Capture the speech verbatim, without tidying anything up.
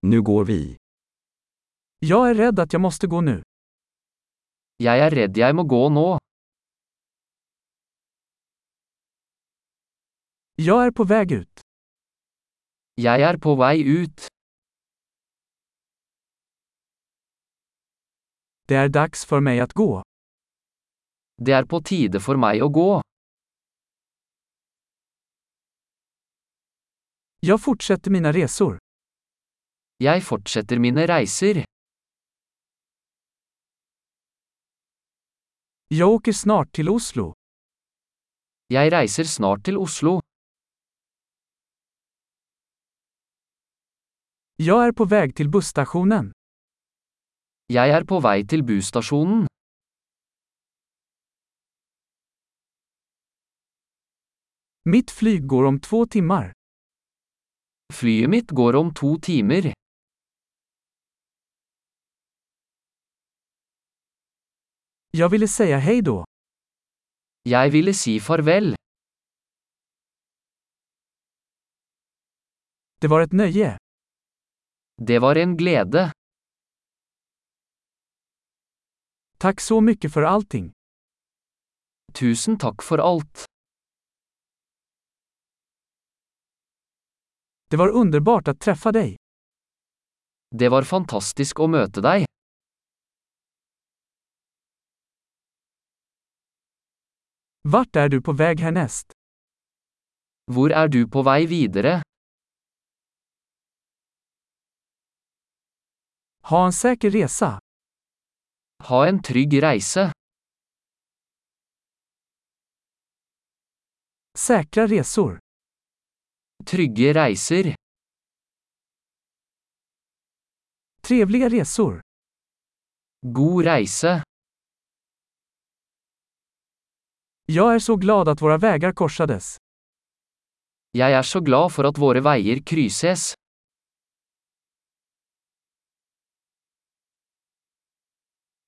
Nu går vi. Jag är rädd att jag måste gå nu. Jeg er redd jeg må gå nå. Jag är på väg ut. Jeg er på vei ut. Det är dags för mig att gå. Det er på tide for meg å gå. Jag fortsätter mina resor. Jeg fortsetter mine reiser. Jag åker snart till Oslo. Jeg reiser snart til Oslo. Jag är på väg till busstationen. Jeg er på vei til busstasjonen. Mitt flyg går om två timmar. Flyet mitt går om to timer. Jag ville säga hej då. Jeg ville si farvel. Det var ett nöje. Det var en glede. Tack så mycket för allting. Tusen takk for alt. Det var underbart att träffa dig. Det var fantastisk å møte deg. Vart är du på väg härnäst? Hvor er du på vei videre? Ha en säker resa. Ha en trygg reise. Säkra resor. Trygge reiser. Trevliga resor. God reise. Jag är så glad att våra vägar korsades. Jeg er så glad for at våre veier krysses.